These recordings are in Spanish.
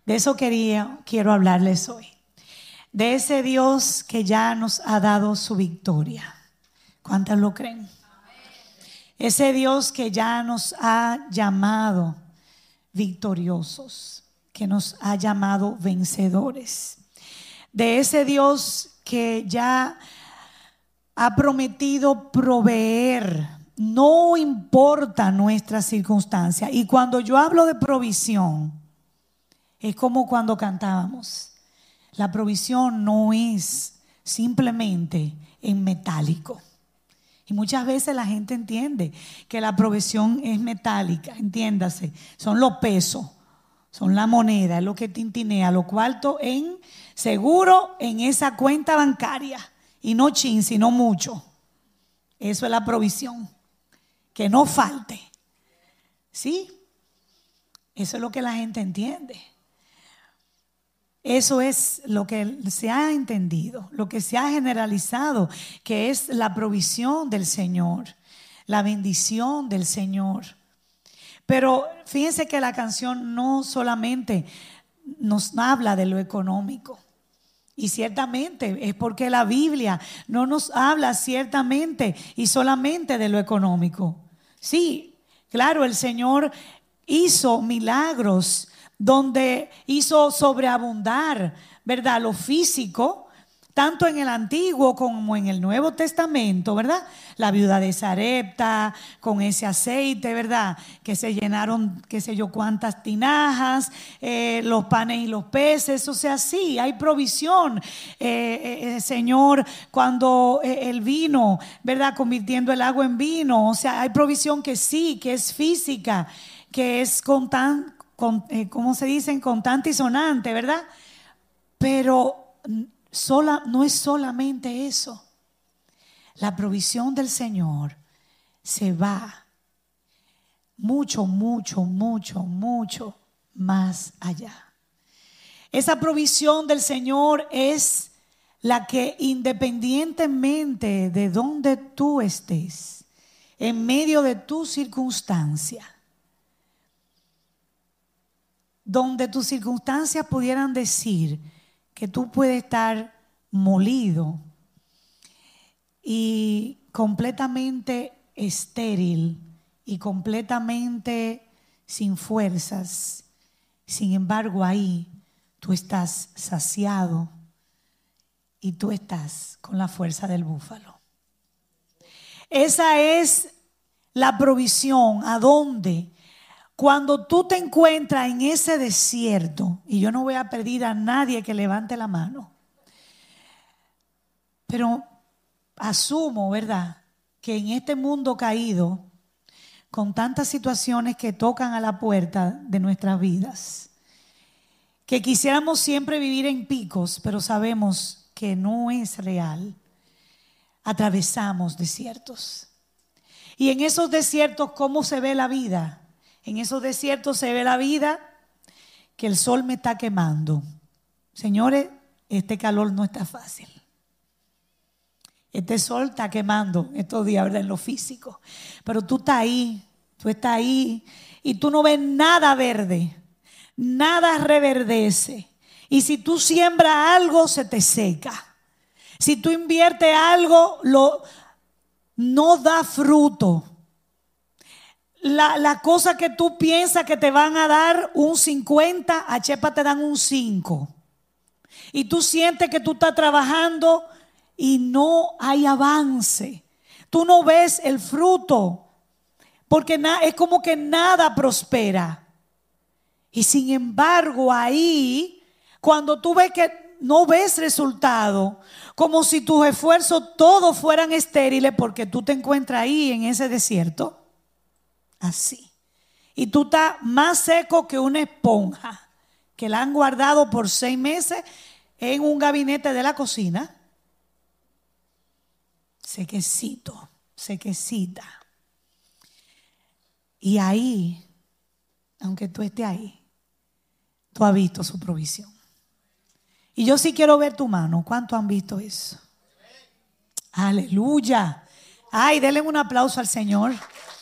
De eso quiero hablarles hoy. De ese Dios que ya nos ha dado su victoria. ¿Cuántas lo creen? Ese Dios que ya nos ha llamado victoriosos, que nos ha llamado vencedores. De ese Dios que ya ha prometido proveer, no importa nuestra circunstancia. Y cuando yo hablo de provisión, es como cuando cantábamos. La provisión no es simplemente en metálico. Y muchas veces la gente entiende que la provisión es metálica, entiéndase, son los pesos, son la moneda, es lo que tintinea, los cuartos en seguro en esa cuenta bancaria. Y no chin, sino mucho. Eso es la provisión. Que no falte. ¿Sí? Eso es lo que la gente entiende. Eso es lo que se ha entendido, lo que se ha generalizado, que es la provisión del Señor, la bendición del Señor. Pero fíjense que la canción no solamente nos habla de lo económico. Y ciertamente es porque la Biblia no nos habla ciertamente y solamente de lo económico. Sí, claro, el Señor hizo milagros donde hizo sobreabundar, ¿verdad?, lo físico, tanto en el Antiguo como en el Nuevo Testamento, ¿verdad? La viuda de Sarepta con ese aceite, ¿verdad? Que se llenaron qué sé yo cuántas tinajas, los panes y los peces. O sea, sí, hay provisión. Señor, cuando el vino, ¿verdad? Convirtiendo el agua en vino. O sea, hay provisión que sí, que es física, que es ¿cómo se dicen? Contante y sonante, ¿verdad? Pero no es solamente eso. La provisión del Señor se va mucho, mucho, mucho, mucho más allá. Esa provisión del Señor es la que, independientemente de donde tú estés, en medio de tu circunstancia, donde tus circunstancias pudieran decir que tú puedes estar molido y completamente estéril y completamente sin fuerzas. Sin embargo, ahí tú estás saciado y tú estás con la fuerza del búfalo. Esa es la provisión. ¿A dónde? Cuando tú te encuentras en ese desierto, y yo no voy a pedir a nadie que levante la mano, pero asumo, ¿verdad?, que en este mundo caído, con tantas situaciones que tocan a la puerta de nuestras vidas, que quisiéramos siempre vivir en picos, pero sabemos que no es real, atravesamos desiertos. Y en esos desiertos, ¿cómo se ve la vida? En esos desiertos se ve la vida que el sol me está quemando. Señores, este calor no está fácil. Este sol está quemando estos días, ¿verdad?, en lo físico. Pero tú estás ahí y tú no ves nada verde, nada reverdece. Y si tú siembras algo, se te seca. Si tú inviertes algo, no da fruto. La cosa que tú piensas que te van a dar un 50, a Chepa te dan un 5. Y tú sientes que tú estás trabajando y no hay avance. Tú no ves el fruto porque es como que nada prospera. Y sin embargo ahí, cuando tú ves que no ves resultado, como si tus esfuerzos todos fueran estériles porque tú te encuentras ahí en ese desierto. Así. Y tú estás más seco que una esponja que la han guardado por 6 meses en un gabinete de la cocina. Sequecito, sequecita. Y ahí, aunque tú estés ahí, tú has visto su provisión. Y yo sí quiero ver tu mano. ¿Cuántos han visto eso? Aleluya. Ay, denle un aplauso al Señor.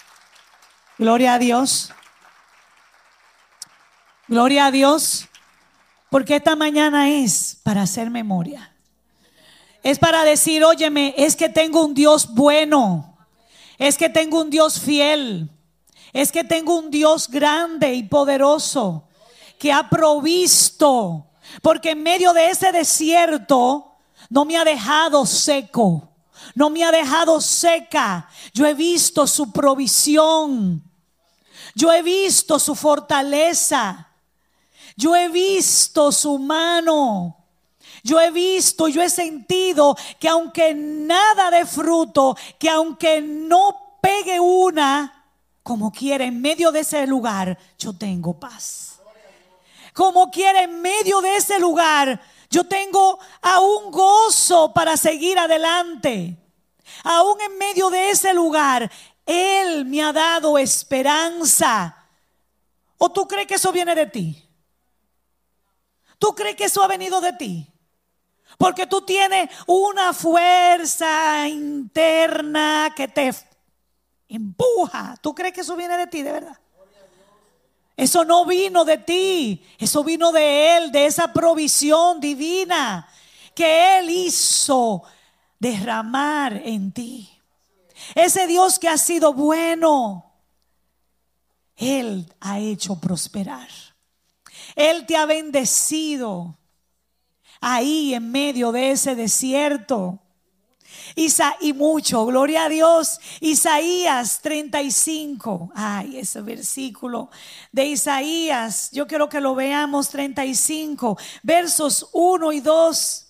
Gloria a Dios. Gloria a Dios. Porque esta mañana es para hacer memoria. Es para decir, óyeme, es que tengo un Dios bueno. Es que tengo un Dios fiel. Es que tengo un Dios grande y poderoso que ha provisto. Porque en medio de ese desierto no me ha dejado seco. No me ha dejado seca. Yo he visto su provisión. Yo he visto su fortaleza. Yo he visto su mano. Yo he visto, yo he sentido que aunque nada dé fruto, que aunque no pegue una, como quiera, en medio de ese lugar, yo tengo paz. Como quiera, en medio de ese lugar, yo tengo aún gozo para seguir adelante. Aún en medio de ese lugar, Él me ha dado esperanza. ¿O tú crees que eso viene de ti? ¿Tú crees que eso ha venido de ti? Porque tú tienes una fuerza interna que te empuja. ¿Tú crees que eso viene de ti, de verdad? Eso no vino de ti. Eso vino de Él, de esa provisión divina que Él hizo derramar en ti. Ese Dios que ha sido bueno, Él ha hecho prosperar. Él te ha bendecido ahí en medio de ese desierto. Y mucho, gloria a Dios. Isaías 35. Ay, ese versículo de Isaías, yo quiero que lo veamos. 35, versos 1 y 2.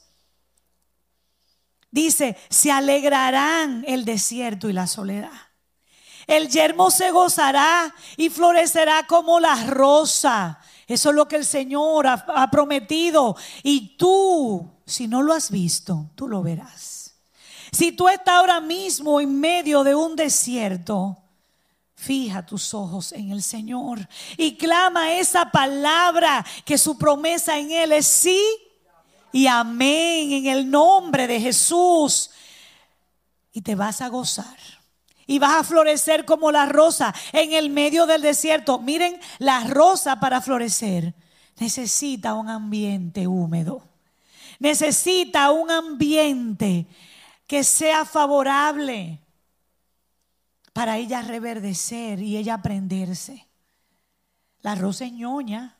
Dice: se alegrarán el desierto y la soledad. El yermo se gozará y florecerá como la rosa. Eso es lo que el Señor ha prometido. Y tú, si no lo has visto, tú lo verás. Si tú estás ahora mismo en medio de un desierto, fija tus ojos en el Señor y clama esa palabra, que su promesa en Él es sí y amén, en el nombre de Jesús. Y te vas a gozar. Y vas a florecer como la rosa en el medio del desierto. Miren, la rosa para florecer necesita un ambiente húmedo. Necesita un ambiente que sea favorable para ella reverdecer y ella prenderse. La rosa es ñoña.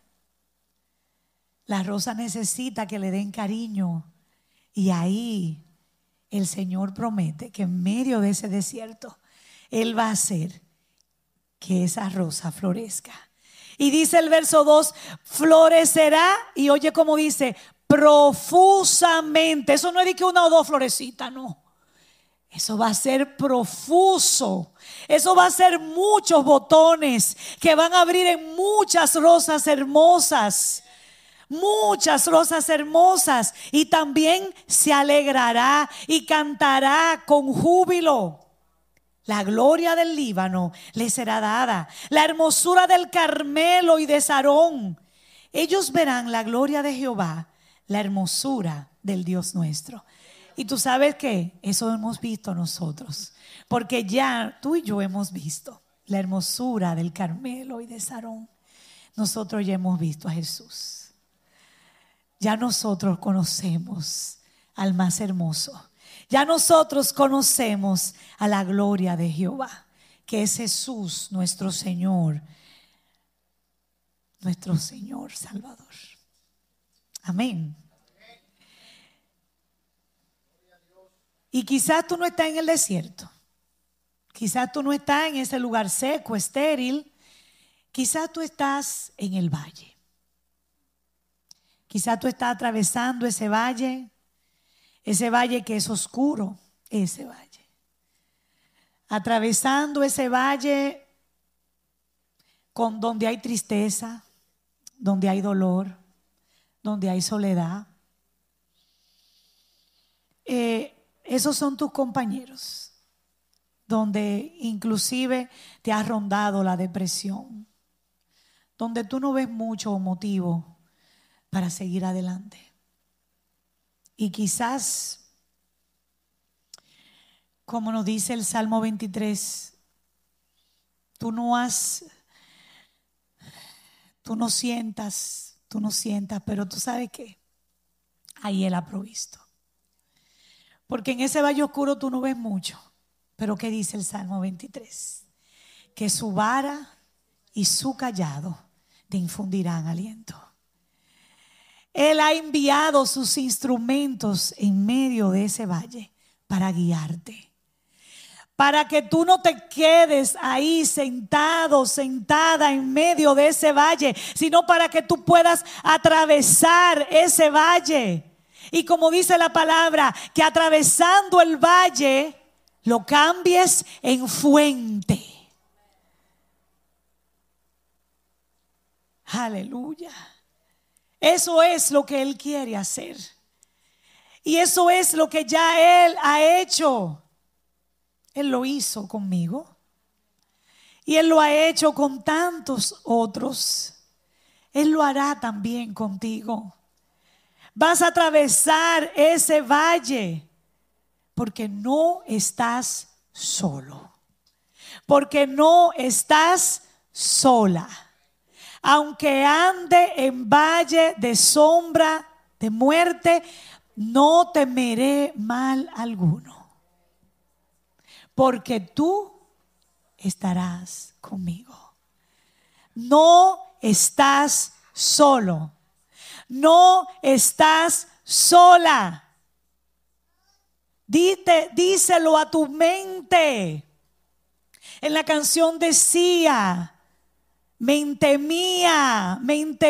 La rosa necesita que le den cariño. Y ahí el Señor promete que en medio de ese desierto Él va a hacer que esa rosa florezca. Y dice el verso 2, florecerá, y oye cómo dice, profusamente. Eso no es de que una o dos florecitas, no. Eso va a ser profuso. Eso va a ser muchos botones que van a abrir en muchas rosas hermosas. Muchas rosas hermosas. Y también se alegrará y cantará con júbilo. La gloria del Líbano le será dada, la hermosura del Carmelo y de Sarón. Ellos verán la gloria de Jehová, la hermosura del Dios nuestro. Y tú sabes que eso hemos visto nosotros, porque ya tú y yo hemos visto la hermosura del Carmelo y de Sarón. Nosotros ya hemos visto a Jesús. Ya nosotros conocemos al más hermoso. Ya nosotros conocemos a la gloria de Jehová, que es Jesús, nuestro Señor Salvador. Amén. Y quizás tú no estás en el desierto. Quizás tú no estás en ese lugar seco, estéril. Quizás tú estás en el valle. Quizás tú estás atravesando ese valle que es oscuro, ese valle. Atravesando ese valle donde hay tristeza, donde hay dolor, donde hay soledad. Esos son tus compañeros, donde inclusive te ha rondado la depresión, donde tú no ves mucho motivo para seguir adelante. Y quizás, como nos dice el Salmo 23, tú no sientas tú no sientas, pero tú sabes qué, ahí Él ha provisto. Porque en ese valle oscuro tú no ves mucho. Pero ¿qué dice el Salmo 23? Que su vara y su callado te infundirán aliento. Él ha enviado sus instrumentos en medio de ese valle para guiarte. Para que tú no te quedes ahí sentado, sentada en medio de ese valle, sino para que tú puedas atravesar ese valle. Y como dice la palabra, que atravesando el valle lo cambies en fuente. Aleluya. Eso es lo que Él quiere hacer. Y eso es lo que ya Él ha hecho. Él lo hizo conmigo. Y Él lo ha hecho con tantos otros. Él lo hará también contigo. Vas a atravesar ese valle porque no estás solo. Porque no estás sola. Aunque ande en valle de sombra de muerte, no temeré mal alguno. Porque tú estarás conmigo. No estás solo. No estás sola. Díselo a tu mente. En la canción decía: mente mía,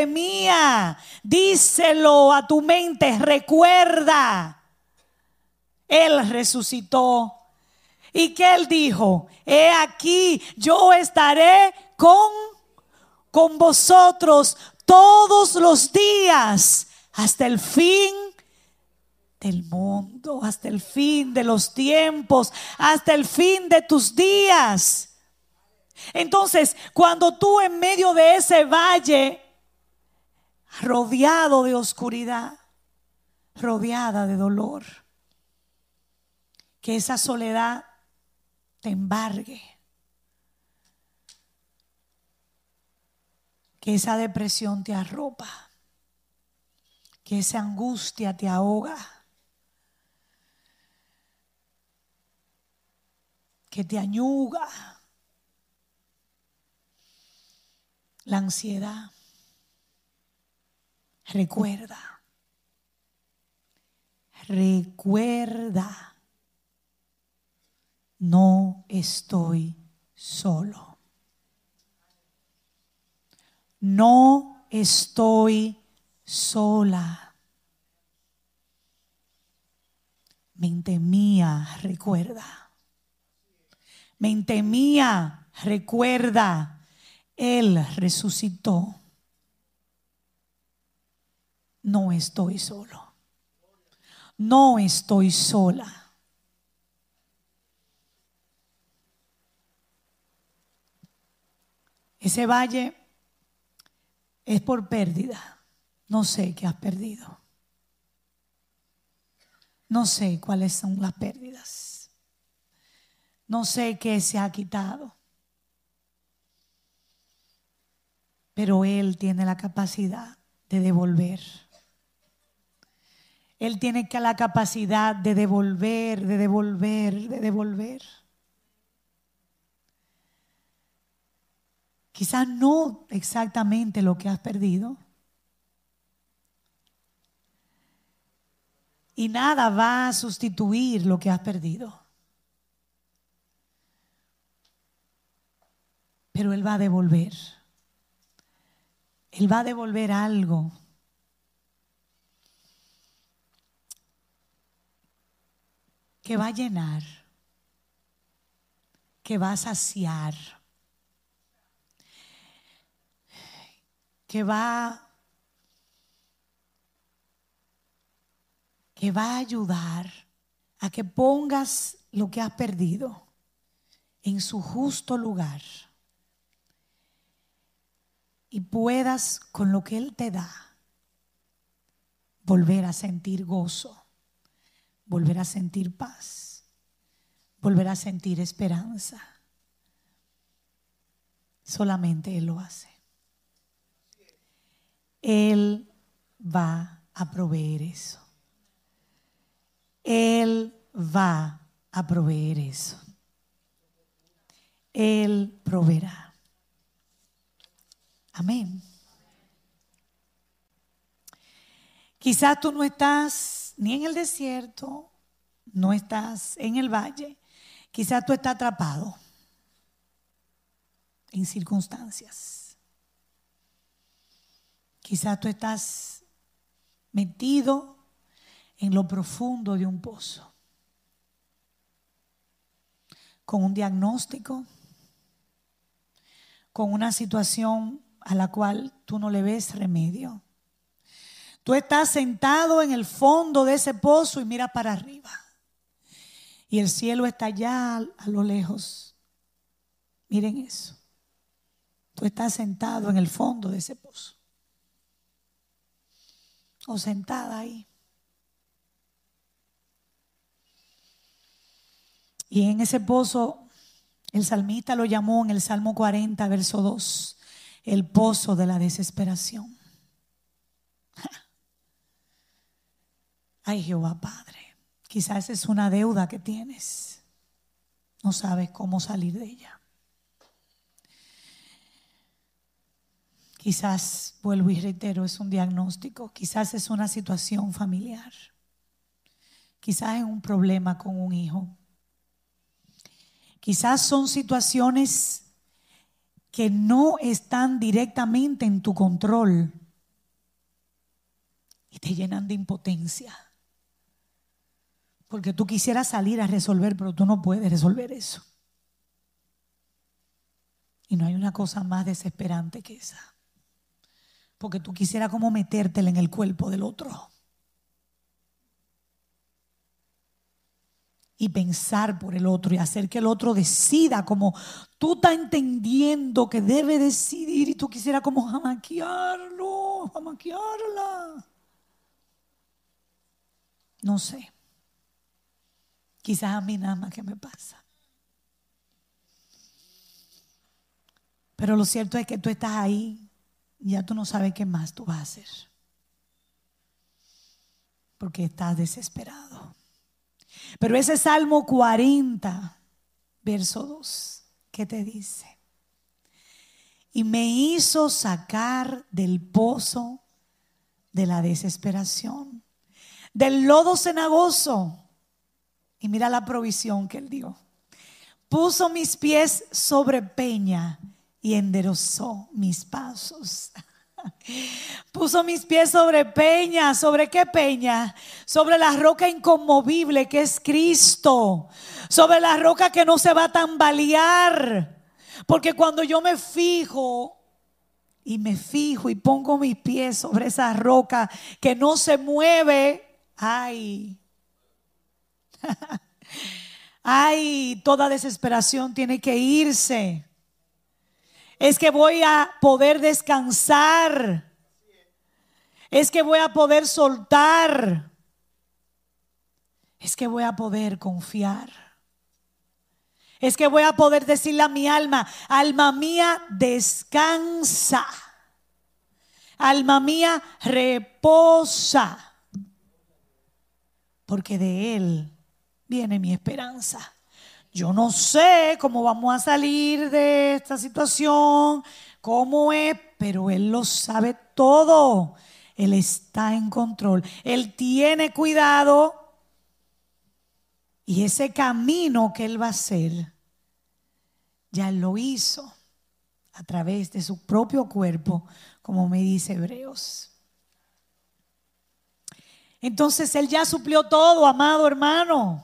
díselo a tu mente, recuerda, Él resucitó. ¿Y qué Él dijo? He aquí, yo estaré con vosotros todos los días hasta el fin del mundo, hasta el fin de los tiempos, hasta el fin de tus días. Entonces, cuando tú en medio de ese valle, rodeado de oscuridad, rodeada de dolor, que esa soledad te embargue, que esa depresión te arropa, que esa angustia te ahoga, que te añuga, la ansiedad. Recuerda, no estoy solo. No estoy sola. Mente mía, recuerda. Mente mía, recuerda. Él resucitó. No estoy solo. No estoy sola. Ese valle es por pérdida. No sé qué has perdido. No sé cuáles son las pérdidas. No sé qué se ha quitado. Pero Él tiene la capacidad de devolver. Él tiene la capacidad de devolver, de devolver, de devolver. Quizás no exactamente lo que has perdido. Y nada va a sustituir lo que has perdido. Pero Él va a devolver. Él va a devolver algo que va a llenar, que va a saciar, que va a ayudar a que pongas lo que has perdido en su justo lugar y puedas, con lo que Él te da, volver a sentir gozo, volver a sentir paz, volver a sentir esperanza. Solamente Él lo hace. Él va a proveer eso. Él va a proveer eso. Él proveerá. Amén. Quizás tú no estás ni en el desierto, no estás en el valle. Quizás tú estás atrapado en circunstancias. Quizás tú estás metido en lo profundo de un pozo, con un diagnóstico, con una situación a la cual tú no le ves remedio. Tú estás sentado en el fondo de ese pozo y miras para arriba. Y el cielo está allá a lo lejos. Miren eso. Tú estás sentado en el fondo de ese pozo. O sentada ahí. Y en ese pozo, el salmista lo llamó en el Salmo 40, verso 2, el pozo de la desesperación. Ay, Jehová Padre, quizás es una deuda que tienes. No sabes cómo salir de ella. Quizás, vuelvo y reitero, es un diagnóstico. Quizás es una situación familiar. Quizás es un problema con un hijo. Quizás son situaciones que no están directamente en tu control y te llenan de impotencia. Porque tú quisieras salir a resolver, pero tú no puedes resolver eso. Y no hay una cosa más desesperante que esa. Porque tú quisieras como metértela en el cuerpo del otro. Y pensar por el otro y hacer que el otro decida como tú estás entendiendo que debe decidir y tú quisieras como jamaquearlo, jamaquearla. No sé. Quizás a mí nada más que me pasa. Pero lo cierto es que tú estás ahí y ya tú no sabes qué más tú vas a hacer. Porque estás desesperado. Pero ese Salmo 40, verso 2, ¿qué te dice? Y me hizo sacar del pozo de la desesperación, del lodo cenagoso. Y mira la provisión que él dio. Puso mis pies sobre peña y enderezó mis pasos. Puso mis pies sobre peña. ¿Sobre qué peña? Sobre la roca inconmovible que es Cristo. Sobre la roca que no se va a tambalear. Porque cuando yo me fijo y pongo mis pies sobre esa roca que no se mueve, ay, ay, toda desesperación tiene que irse. Es que voy a poder descansar. Es que voy a poder soltar. Es que voy a poder confiar. Es que voy a poder decirle a mi alma, alma mía, descansa. Alma mía, reposa. Porque de Él viene mi esperanza. Yo no sé cómo vamos a salir de esta situación, cómo es, pero Él lo sabe todo. Él está en control. Él tiene cuidado. Y ese camino que Él va a hacer, ya Él lo hizo a través de su propio cuerpo, como me dice Hebreos. Entonces Él ya suplió todo, amado hermano.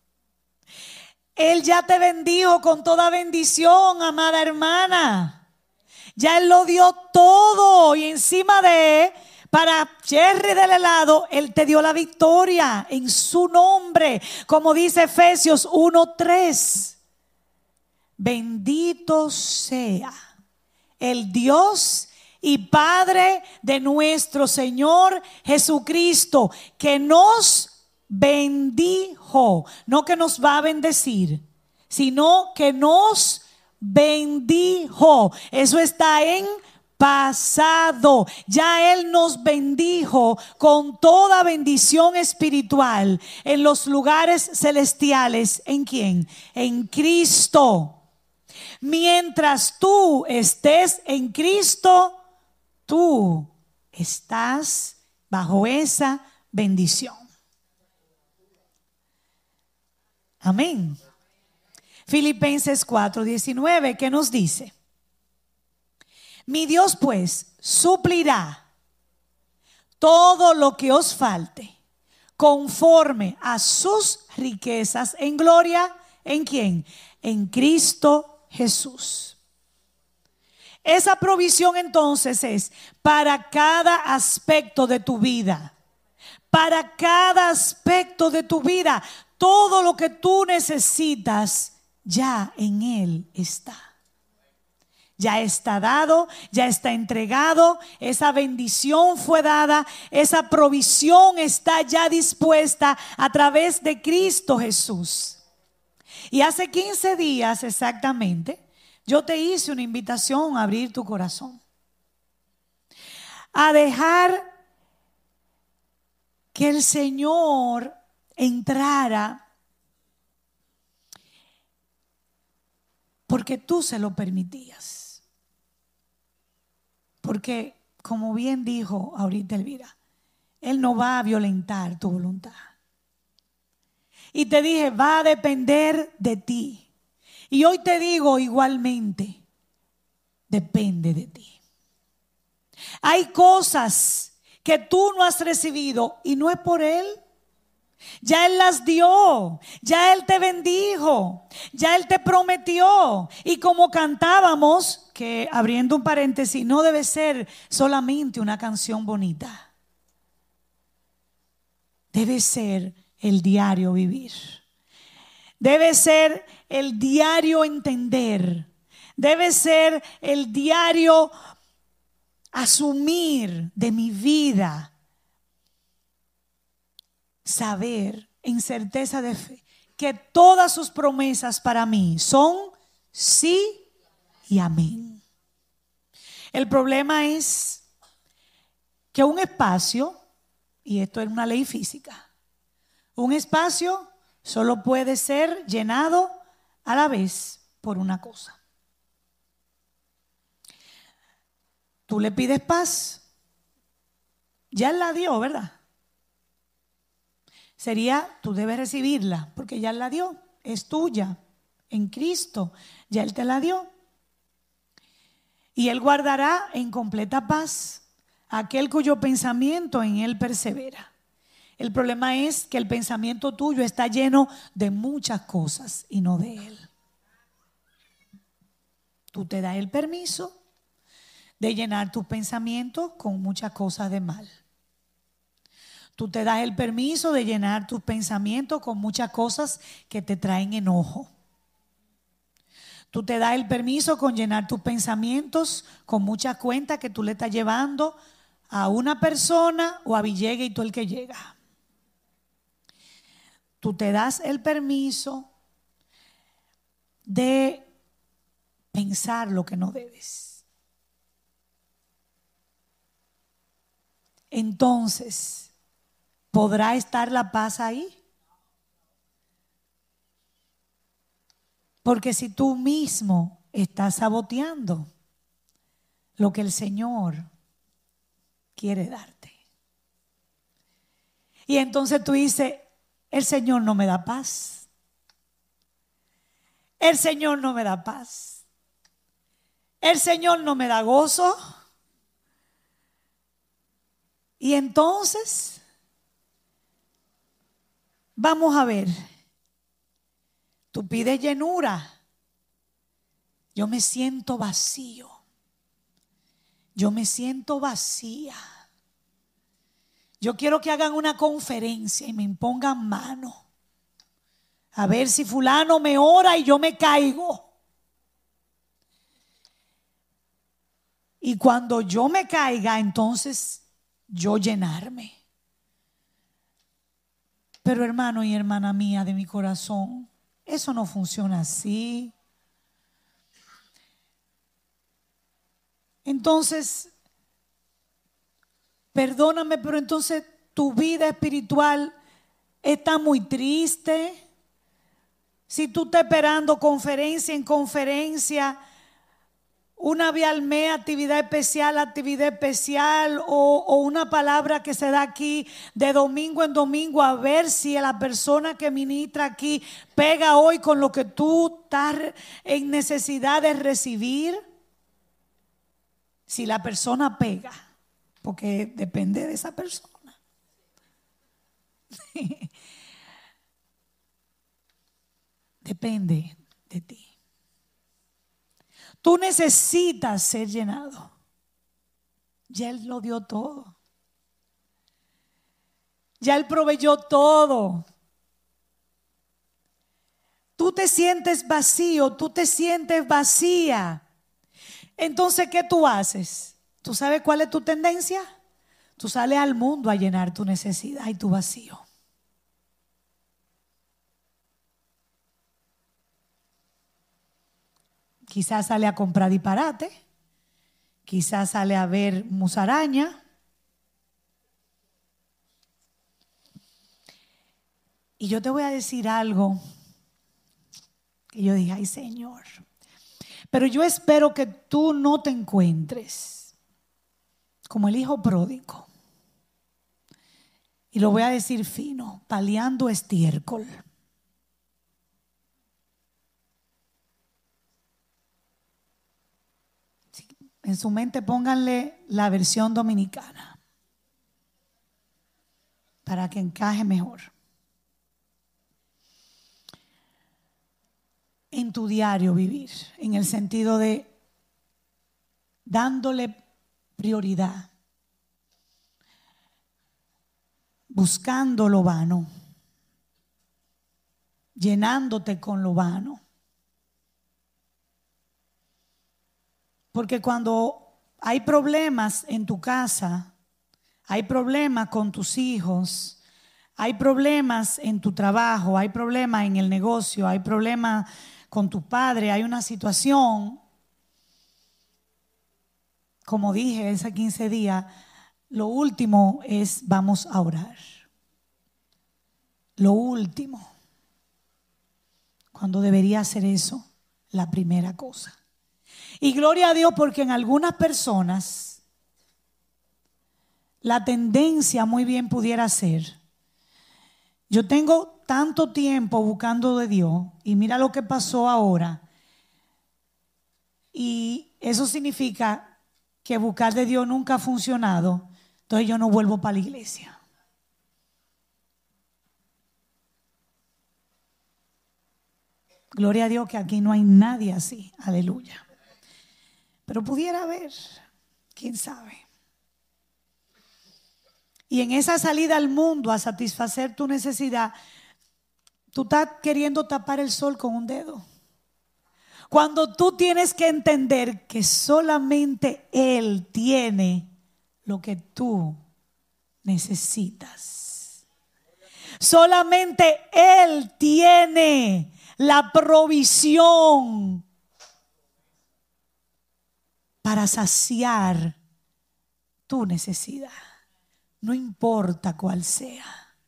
Él ya te bendijo con toda bendición, amada hermana. Ya Él lo dio todo y encima de, para Jerry del helado, Él te dio la victoria en su nombre. Como dice Efesios 1:3. Bendito sea el Dios y Padre de nuestro Señor Jesucristo, que nos bendijo, no que nos va a bendecir, sino que nos bendijo. Eso está en pasado. Ya Él nos bendijo con toda bendición espiritual en los lugares celestiales. ¿En quién? En Cristo. Mientras tú estés en Cristo, tú estás bajo esa bendición. Amén. Filipenses 4:19, ¿qué nos dice? Mi Dios pues suplirá todo lo que os falte conforme a sus riquezas en gloria. ¿En quién? En Cristo Jesús. Esa provisión entonces es para cada aspecto de tu vida. Para cada aspecto de tu vida. Todo lo que tú necesitas ya en Él está. Ya está dado, ya está entregado, esa bendición fue dada, esa provisión está ya dispuesta a través de Cristo Jesús. Y hace 15 días exactamente, yo te hice una invitación a abrir tu corazón, a dejar que el Señor entrara, porque tú se lo permitías. Porque, como bien dijo ahorita Elvira, Él no va a violentar tu voluntad. Y te dije, va a depender de ti. Y hoy te digo igualmente, depende de ti. Hay cosas que tú no has recibido y no es por Él. Ya Él las dio, ya Él te bendijo, ya Él te prometió. Y como cantábamos, que abriendo un paréntesis, no debe ser solamente una canción bonita, debe ser el diario vivir, debe ser el diario entender, debe ser el diario asumir de mi vida. Saber en certeza de fe que todas sus promesas para mí son sí y amén. El problema es que un espacio, y esto es una ley física, un espacio solo puede ser llenado a la vez por una cosa. Tú le pides paz, ya Él la dio, ¿verdad? Sería, tú debes recibirla, porque ya Él la dio, es tuya, en Cristo, ya Él te la dio. Y Él guardará en completa paz aquel cuyo pensamiento en Él persevera. El problema es que el pensamiento tuyo está lleno de muchas cosas y no de Él. Tú te das el permiso de llenar tus pensamientos con muchas cosas de mal. Tú te das el permiso de llenar tus pensamientos con muchas cosas que te traen enojo. Tú te das el permiso con llenar tus pensamientos con muchas cuentas que tú le estás llevando a una persona o a Villegas y tú el que llega. Tú te das el permiso de pensar lo que no debes. Entonces, ¿podrá estar la paz ahí? Porque si tú mismo estás saboteando lo que el Señor quiere darte. Y entonces tú dices, el Señor no me da paz. El Señor no me da paz. El Señor no me da gozo. Y entonces, vamos a ver. Tú pides llenura. Yo me siento vacío. Yo me siento vacía. Yo quiero que hagan una conferencia y me impongan mano. A ver si fulano me ora y yo me caigo. Y cuando yo me caiga, entonces yo llenarme. Pero hermano y hermana mía de mi corazón, eso no funciona así. entonces, perdóname, pero entonces tu vida espiritual está muy triste. Si tú estás esperando conferencia en conferencia, una vez al mes, actividad especial o una palabra que se da aquí de domingo en domingo, a ver si la persona que ministra aquí pega hoy con lo que tú estás en necesidad de recibir. Si la persona pega, porque depende de esa persona. Depende de ti. Tú necesitas ser llenado. Ya Él lo dio todo. Ya Él proveyó todo. Tú te sientes vacío, tú te sientes vacía. Entonces, ¿qué tú haces? ¿Tú sabes cuál es tu tendencia? Tú sales al mundo a llenar tu necesidad y tu vacío. Quizás sale a comprar disparate, quizás sale a ver musaraña. Y yo te voy a decir algo que yo dije, ay Señor, pero yo espero que tú no te encuentres como el hijo pródigo. Y lo voy a decir fino, paliando estiércol. En su mente pónganle la versión dominicana para que encaje mejor. En tu diario vivir, en el sentido de dándole prioridad, buscando lo vano, llenándote con lo vano. Porque cuando hay problemas en tu casa, hay problemas con tus hijos, hay problemas en tu trabajo, hay problemas en el negocio, hay problemas con tu padre, hay una situación, como dije hace 15 días, lo último es vamos a orar. Lo último, cuando debería ser eso, la primera cosa. Y gloria a Dios porque en algunas personas la tendencia muy bien pudiera ser, yo tengo tanto tiempo buscando de Dios y mira lo que pasó ahora. Y eso significa que buscar de Dios nunca ha funcionado, entonces yo no vuelvo para la iglesia. Gloria a Dios que aquí no hay nadie así, aleluya. Pero pudiera haber, quién sabe. Y en esa salida al mundo a satisfacer tu necesidad, tú estás queriendo tapar el sol con un dedo. Cuando tú tienes que entender que solamente Él tiene lo que tú necesitas. Solamente Él tiene la provisión para saciar tu necesidad. No importa cuál sea.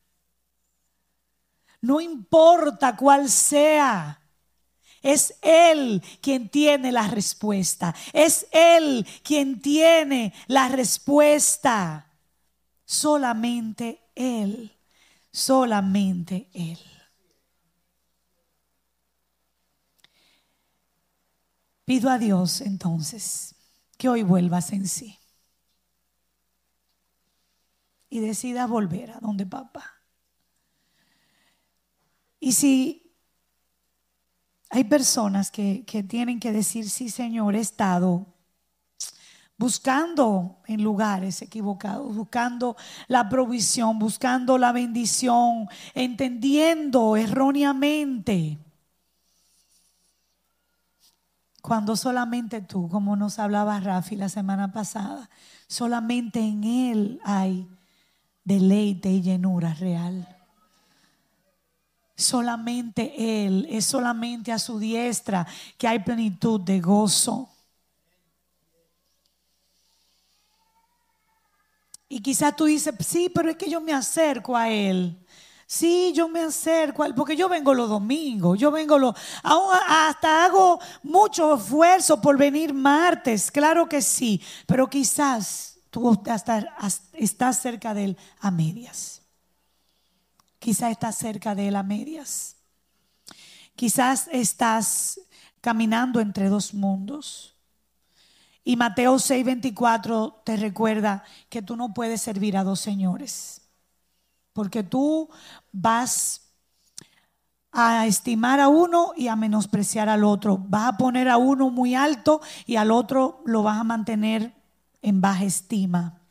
No importa cuál sea. Es Él quien tiene la respuesta. Es Él quien tiene la respuesta. Solamente Él. Solamente Él. Pido a Dios entonces que hoy vuelvas en sí y decidas volver a donde papá. Y si hay personas que tienen que decir, sí Señor, he estado buscando en lugares equivocados, buscando la provisión, buscando la bendición, entendiendo erróneamente, cuando solamente tú, como nos hablaba Rafi la semana pasada, solamente en Él hay deleite y llenura real. Solamente Él, es solamente a su diestra que hay plenitud de gozo. Y quizás tú dices, sí, pero es que yo me acerco a Él. Sí, yo me acerco a Él, porque yo vengo los domingos, hasta hago mucho esfuerzo por venir martes, claro que sí, pero quizás tú estás cerca de Él a medias. Quizás estás cerca de Él a medias. Quizás estás caminando entre dos mundos. Y Mateo 6:24 te recuerda que tú no puedes servir a dos señores, porque tú vas a estimar a uno y a menospreciar al otro. Vas a poner a uno muy alto y al otro lo vas a mantener en baja estima.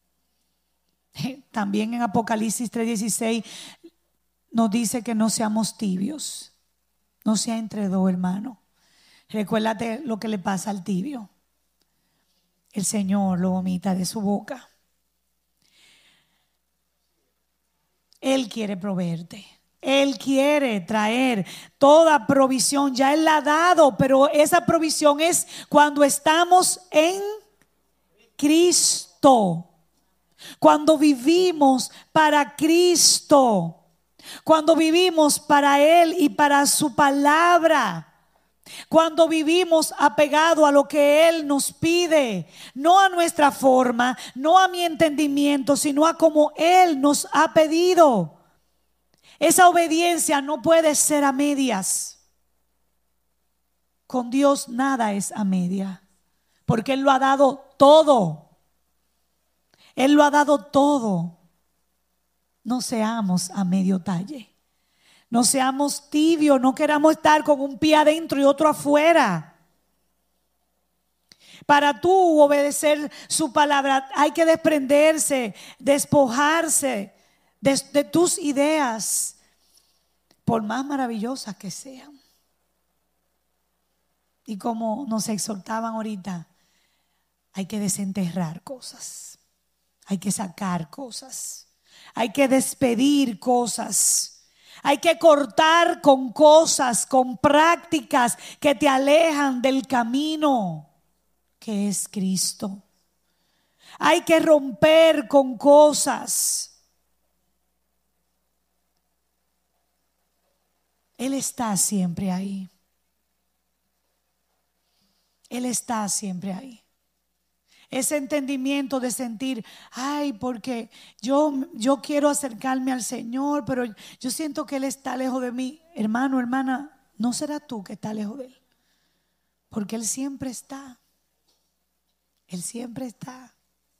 También en Apocalipsis 3:16 nos dice que no seamos tibios. No sea entre dos, hermano. Recuérdate lo que le pasa al tibio. El Señor lo vomita de su boca. Él quiere proveerte. Él quiere traer toda provisión. Ya Él la ha dado, pero esa provisión es cuando estamos en Cristo. Cuando vivimos para Cristo. Cuando vivimos para Él y para su palabra. Cuando vivimos apegado a lo que Él nos pide, no a nuestra forma, no a mi entendimiento, sino a como Él nos ha pedido. Esa obediencia no puede ser a medias. Con Dios nada es a media, porque Él lo ha dado todo. Él lo ha dado todo. No seamos a medio talle. No seamos tibios, no queramos estar con un pie adentro y otro afuera. Para tú obedecer su palabra hay que desprenderse, despojarse de tus ideas, por más maravillosas que sean. Y como nos exhortaban ahorita, hay que desenterrar cosas, hay que sacar cosas, hay que despedir cosas. Hay que cortar con cosas, con prácticas que te alejan del camino que es Cristo. Hay que romper con cosas. Él está siempre ahí. Él está siempre ahí. Ese entendimiento de sentir, ay, porque yo quiero acercarme al Señor, pero yo siento que Él está lejos de mí. Hermano, hermana, no serás tú que estás lejos de Él, porque Él siempre está. Él siempre está.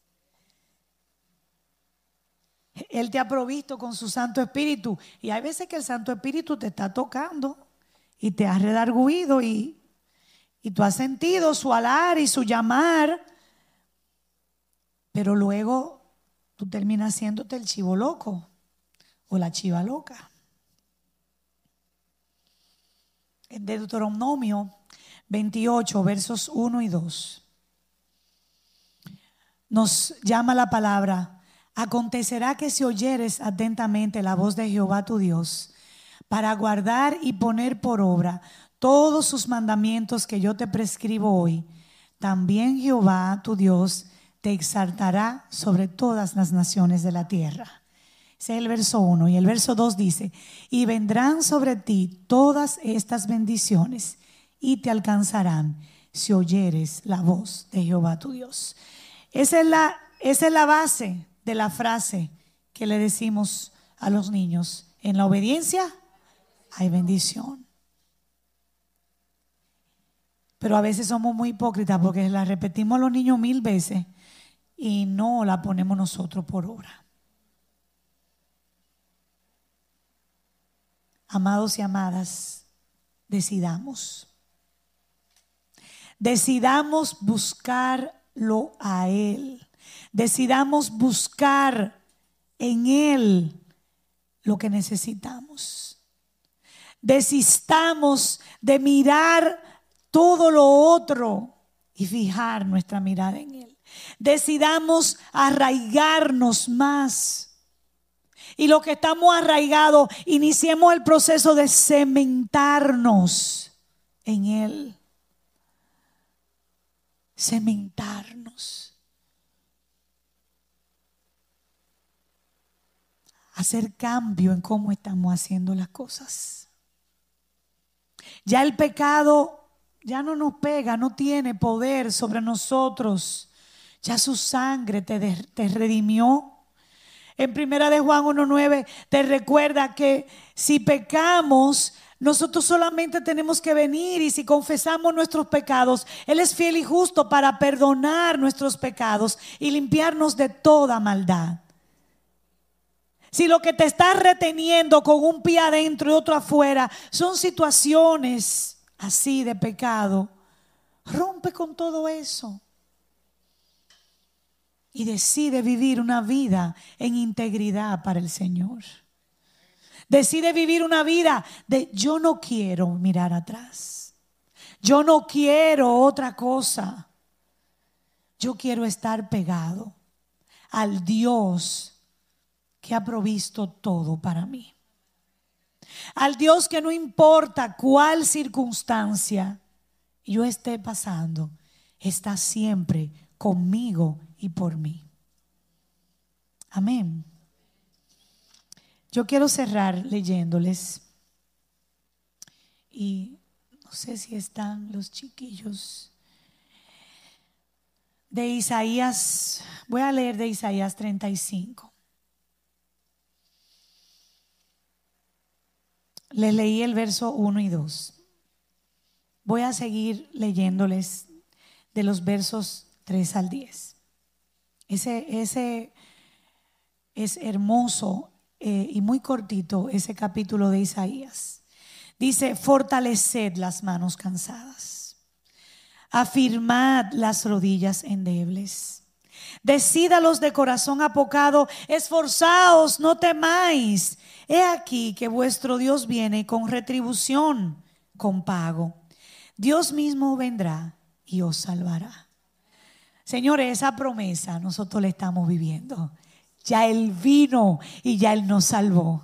Él te ha provisto con su Santo Espíritu, y hay veces que el Santo Espíritu te está tocando y te ha redarguido y tú has sentido su alar y su llamar. Pero luego tú terminas haciéndote el chivo loco o la chiva loca. En Deuteronomio 28, versos 1 y 2, nos llama la palabra: acontecerá que si oyeres atentamente la voz de Jehová tu Dios, para guardar y poner por obra todos sus mandamientos que yo te prescribo hoy, también Jehová tu Dios te exaltará sobre todas las naciones de la tierra. Ese es el verso 1. Y el verso 2 dice: y vendrán sobre ti todas estas bendiciones y te alcanzarán si oyeres la voz de Jehová tu Dios. Esa es la base de la frase que le decimos a los niños: en la obediencia hay bendición. Pero a veces somos muy hipócritas porque la repetimos a los niños 1000 veces y no la ponemos nosotros por obra. Amados y amadas, decidamos buscarlo a Él. Decidamos buscar en Él lo que necesitamos. Desistamos de mirar todo lo otro y fijar nuestra mirada en Él. Decidamos arraigarnos más. Y los que estamos arraigados, iniciemos el proceso de cementarnos en Él. Cementarnos. hacer cambio en cómo estamos haciendo las cosas. Ya el pecado ya no nos pega, no tiene poder sobre nosotros. Ya su sangre te redimió. En 1 de Juan 1:9 te recuerda que si pecamos, nosotros solamente tenemos que venir, y si confesamos nuestros pecados, Él es fiel y justo para perdonar nuestros pecados y limpiarnos de toda maldad. Si lo que te está reteniendo con un pie adentro y otro afuera son situaciones así de pecado, rompe con todo eso y decide vivir una vida en integridad para el Señor. Decide vivir una vida de yo no quiero mirar atrás. Yo no quiero otra cosa. Yo quiero estar pegado al Dios que ha provisto todo para mí. Al Dios que no importa cuál circunstancia yo esté pasando, está siempre conmigo y por mí. Amén. Yo quiero cerrar leyéndoles, y no sé si están los chiquillos, de Isaías. Voy a leer de Isaías 35. Les leí el verso 1 y 2. Voy a seguir leyéndoles de los versos 3 al 10. Ese es hermoso y muy cortito, ese capítulo de Isaías. Dice: fortaleced las manos cansadas, afirmad las rodillas endebles. Decid a los de corazón apocado: esforzaos, no temáis. He aquí que vuestro Dios viene con retribución, con pago. Dios mismo vendrá y os salvará. Señores, esa promesa nosotros la estamos viviendo. Ya Él vino y ya Él nos salvó.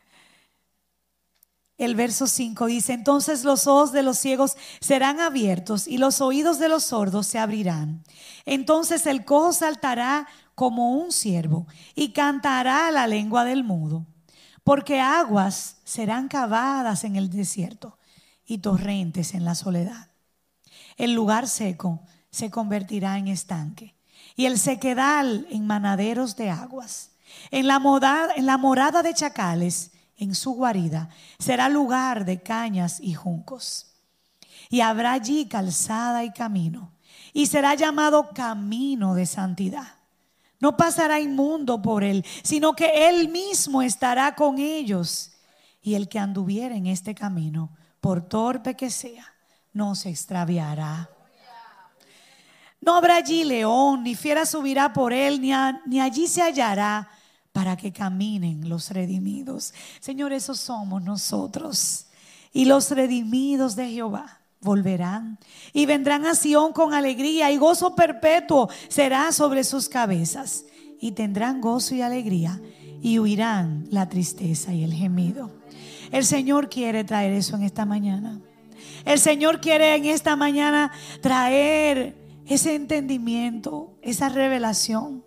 El verso 5 dice: entonces los ojos de los ciegos serán abiertos y los oídos de los sordos se abrirán. Entonces el cojo saltará como un ciervo y cantará la lengua del mudo. Porque aguas serán cavadas en el desierto y torrentes en la soledad. El lugar seco se convertirá en estanque y el sequedal en manaderos de aguas. En la morada de chacales, en su guarida, será lugar de cañas y juncos. Y habrá allí calzada y camino, y será llamado camino de santidad. No pasará inmundo por él, sino que Él mismo estará con ellos. Y el que anduviere en este camino, por torpe que sea, no se extraviará. No habrá allí león, ni fiera subirá por él, ni allí se hallará, para que caminen los redimidos. Señor, esos somos nosotros. Y los redimidos de Jehová volverán y vendrán a Sión con alegría, y gozo perpetuo será sobre sus cabezas. Y tendrán gozo y alegría, y huirán la tristeza y el gemido. El Señor quiere traer eso en esta mañana. El Señor quiere en esta mañana traer ese entendimiento, esa revelación,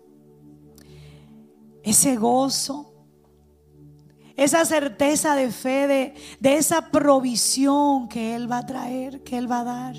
ese gozo, esa certeza de fe de esa provisión que Él va a traer, que Él va a dar.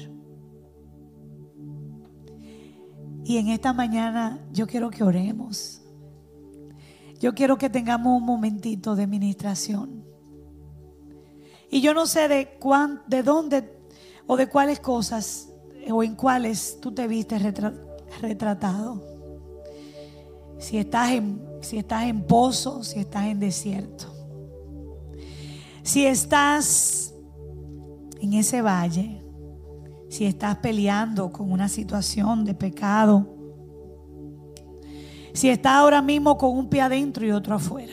Y en esta mañana yo quiero que oremos. Yo quiero que tengamos un momentito de ministración. Y yo no sé de dónde o de cuáles cosas o en cuáles tú te viste retratado. Si estás en pozo, si estás en desierto, si estás en ese valle, si estás peleando con una situación de pecado, si estás ahora mismo con un pie adentro y otro afuera,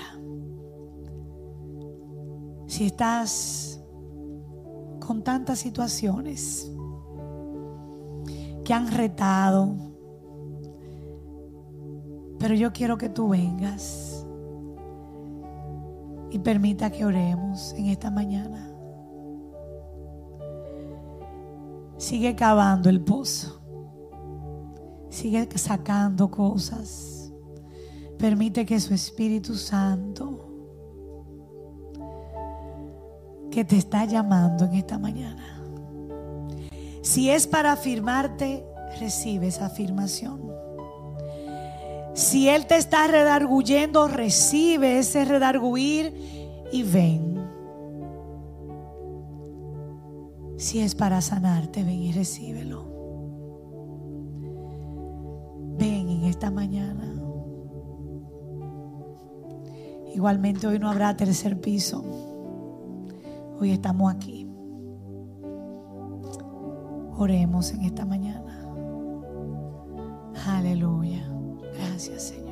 si estás con tantas situaciones que han retado, pero yo quiero que tú vengas y permita que oremos en esta mañana. Sigue cavando el pozo, sigue sacando cosas. Permite que su Espíritu Santo que te está llamando en esta mañana. Si es para afirmarte, recibe esa afirmación. Si Él te está redarguyendo, recibe ese redarguir y ven. Si es para sanarte, ven y recíbelo. Ven en esta mañana. Igualmente hoy no habrá tercer piso. Hoy estamos aquí. Oremos en esta mañana. Aleluya. Gracias, Señor.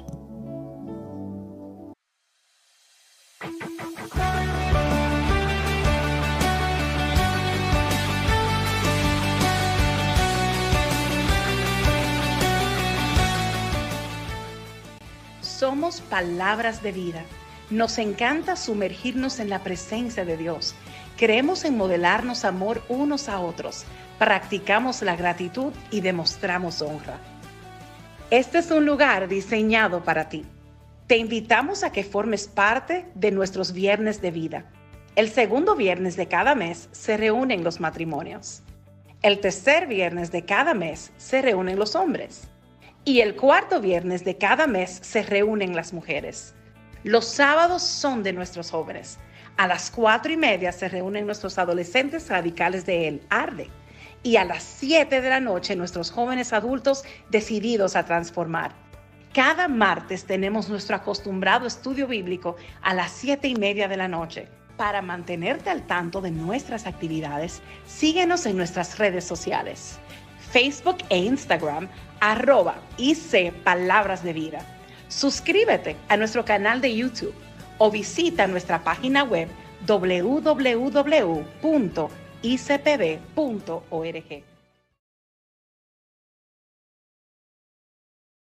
Somos palabras de vida. Nos encanta sumergirnos en la presencia de Dios. Creemos en modelarnos amor unos a otros. Practicamos la gratitud y demostramos honra. Este es un lugar diseñado para ti. Te invitamos a que formes parte de nuestros viernes de vida. El segundo viernes de cada mes se reúnen los matrimonios. El tercer viernes de cada mes se reúnen los hombres. Y el cuarto viernes de cada mes se reúnen las mujeres. Los sábados son de nuestros jóvenes. A las 4:30 se reúnen nuestros adolescentes radicales de El Arde. Y a las 7 de la noche nuestros jóvenes adultos decididos a transformar. Cada martes tenemos nuestro acostumbrado estudio bíblico a las 7:30 de la noche. Para mantenerte al tanto de nuestras actividades, síguenos en nuestras redes sociales. Facebook e Instagram, @IC Palabras de Vida. Suscríbete a nuestro canal de YouTube o visita nuestra página web www.icpb.org.